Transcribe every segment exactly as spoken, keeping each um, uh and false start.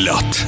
Взлет.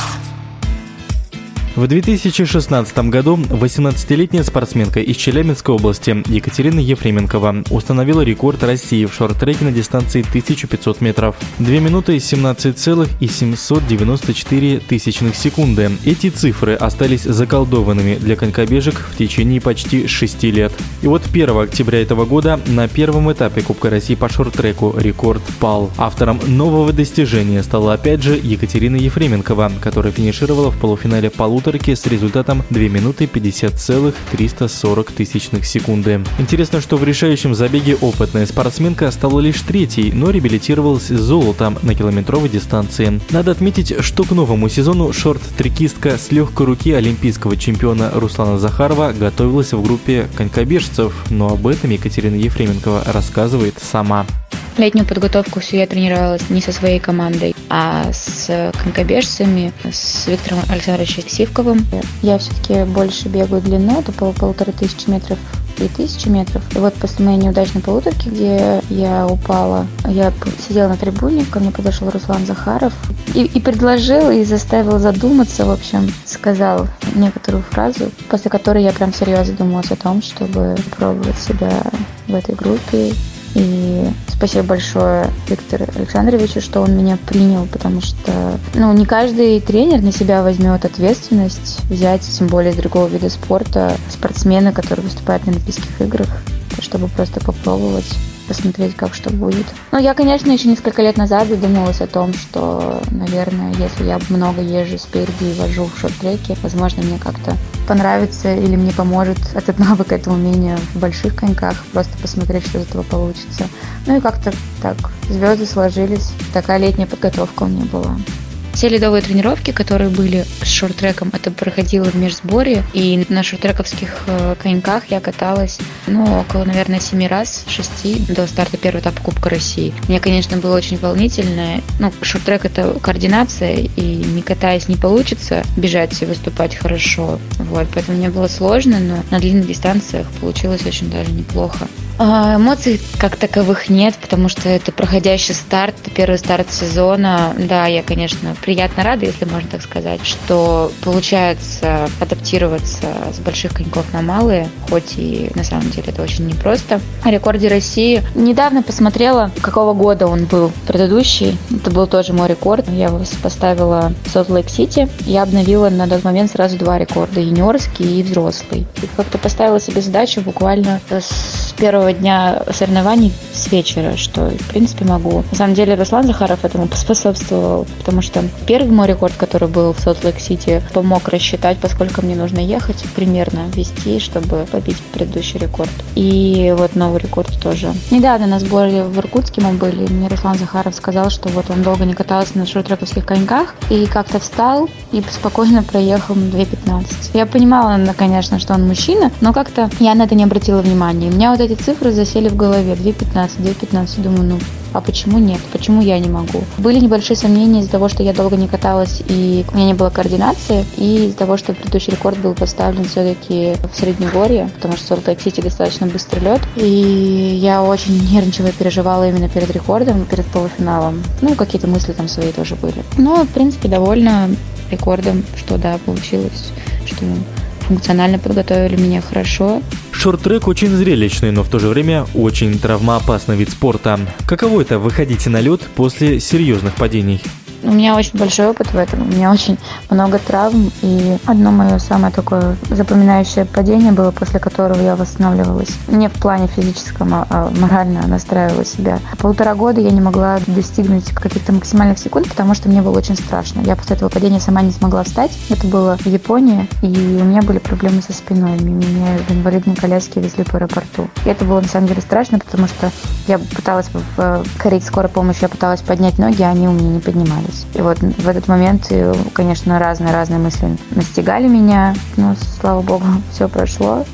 В две тысячи шестнадцатом году восемнадцатилетняя спортсменка из Челябинской области Екатерина Ефременкова установила рекорд России в шорт-треке на дистанции тысяча пятьсот метров. две минуты семнадцать целых семьсот девяносто четыре тысячных секунды. Эти цифры остались заколдованными для конькобежек в течение почти шести лет. И вот первого октября этого года на первом этапе Кубка России по шорт-треку рекорд пал. Автором нового достижения стала опять же Екатерина Ефременкова, которая финишировала в полуфинале полуторки с результатом две минуты пятьдесят целых триста сорок тысячных секунды. Интересно, что в решающем забеге опытная спортсменка стала лишь третьей, но реабилитировалась с золотом на километровой дистанции. Надо отметить, что к новому сезону шорт-трекистка с легкой руки олимпийского чемпиона Руслана Захарова готовилась в группе конькобежцев, но об этом Екатерина Ефременкова рассказывает сама. Летнюю подготовку всю я тренировалась не со своей командой, а с конькобежцами, с Виктором Александровичем Сивковым. Я все-таки больше бегаю длину, это пол- полторы тысячи метров и тысячи метров. И вот после моей неудачной полуторки, где я упала, я сидела на трибуне, ко мне подошел Руслан Захаров и, и предложил, и заставил задуматься, в общем, сказал некоторую фразу, после которой я прям серьезно задумалась о том, чтобы пробовать себя в этой группе. И спасибо большое Виктору Александровичу, что он меня принял, потому что ну, не каждый тренер на себя возьмет ответственность взять, тем более из другого вида спорта, спортсмена, который выступает на Олимпийских играх, чтобы просто попробовать, посмотреть, как что будет. Но я, конечно, еще несколько лет назад задумалась о том, что, наверное, если я много езжу спереди и вожу в шорт-треке, возможно, мне как-то понравится или мне поможет этот навык, это умение в больших коньках, просто посмотреть, что из этого получится. Ну и как-то так звезды сложились. Такая летняя подготовка у меня была. Все ледовые тренировки, которые были с шорт-треком, это проходило в межсборе, и на шорт-трековских коньках я каталась, ну, около, наверное, семи раз, шести до старта первого этапа Кубка России. Мне, конечно, было очень волнительно. Ну, шорт-трек — это координация, и не катаясь не получится бежать и выступать хорошо. Вот, поэтому мне было сложно, но на длинных дистанциях получилось очень даже неплохо. Эмоций как таковых нет, потому что это проходящий старт, первый старт сезона. Да, я, конечно, приятно рада, если можно так сказать, что получается адаптироваться с больших коньков на малые, хоть и на самом деле это очень непросто. О рекорде России недавно посмотрела, какого года он был предыдущий. Это был тоже мой рекорд. Я его поставила в Солт-Лейк-Сити. Я обновила на тот момент сразу два рекорда: юниорский и взрослый. И как-то поставила себе задачу буквально с первого дня соревнований с вечера, что, в принципе, могу. На самом деле, Руслан Захаров этому поспособствовал, потому что первый мой рекорд, который был в Солт-Лейк-Сити, помог рассчитать, поскольку мне нужно ехать, примерно вести, чтобы побить предыдущий рекорд. И вот новый рекорд тоже. Недавно на сборе в Иркутске мы были, и мне Руслан Захаров сказал, что вот он долго не катался на шорт-трековских коньках, и как-то встал и спокойно проехал на две пятнадцать. Я понимала, конечно, что он мужчина, но как-то я на это не обратила внимания. У меня вот эти цифры засели в голове. две пятнадцать, две пятнадцать. Думаю, ну, а почему нет? Почему я не могу? Были небольшие сомнения из-за того, что я долго не каталась и у меня не было координации, и из-за того, что предыдущий рекорд был поставлен все-таки в Среднегорье, потому что Солт-Лейк-Сити достаточно быстрый лед, и я очень нервничала и переживала именно перед рекордом, перед полуфиналом. Ну, какие-то мысли там свои тоже были. Но, в принципе, довольна рекордом, что да, получилось, что функционально подготовили меня хорошо. Шорт-трек очень зрелищный, но в то же время очень травмоопасный вид спорта. Каково это — выходить на лед после серьезных падений? У меня очень большой опыт в этом, у меня очень много травм, и одно мое самое такое запоминающее падение было, после которого я восстанавливалась. Не в плане физическом, а морально настраивала себя. Полтора года я не могла достигнуть каких-то максимальных секунд, потому что мне было очень страшно. Я после этого падения сама не смогла встать. Это было в Японии, и у меня были проблемы со спиной. Меня в инвалидной коляске везли по аэропорту. И это было на самом деле страшно, потому что я пыталась в карете скорой помощи, я пыталась поднять ноги, а они у меня не поднимались. И вот в этот момент, конечно, разные-разные мысли настигали меня, но, слава богу, все прошло.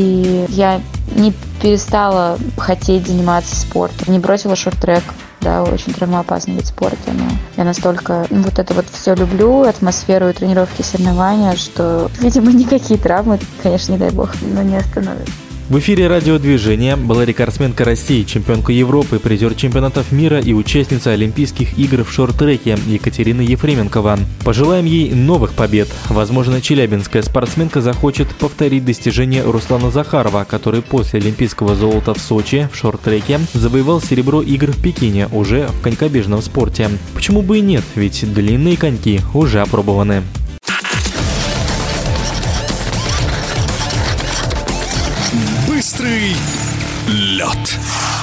И я не перестала хотеть заниматься спортом, не бросила шорт-трек. Да, очень травмоопасный вид спорта, но я настолько ну, вот это вот все люблю, атмосферу и тренировки, соревнования, что, видимо, никакие травмы, конечно, не дай бог, но не остановят. В эфире радиодвижения была рекордсменка России, чемпионка Европы, призер чемпионатов мира и участница Олимпийских игр в шорт-треке Екатерина Ефременкова. Пожелаем ей новых побед. Возможно, челябинская спортсменка захочет повторить достижение Руслана Захарова, который после олимпийского золота в Сочи в шорт-треке завоевал серебро игр в Пекине уже в конькобежном спорте. Почему бы и нет, ведь длинные коньки уже опробованы. Быстрый лед.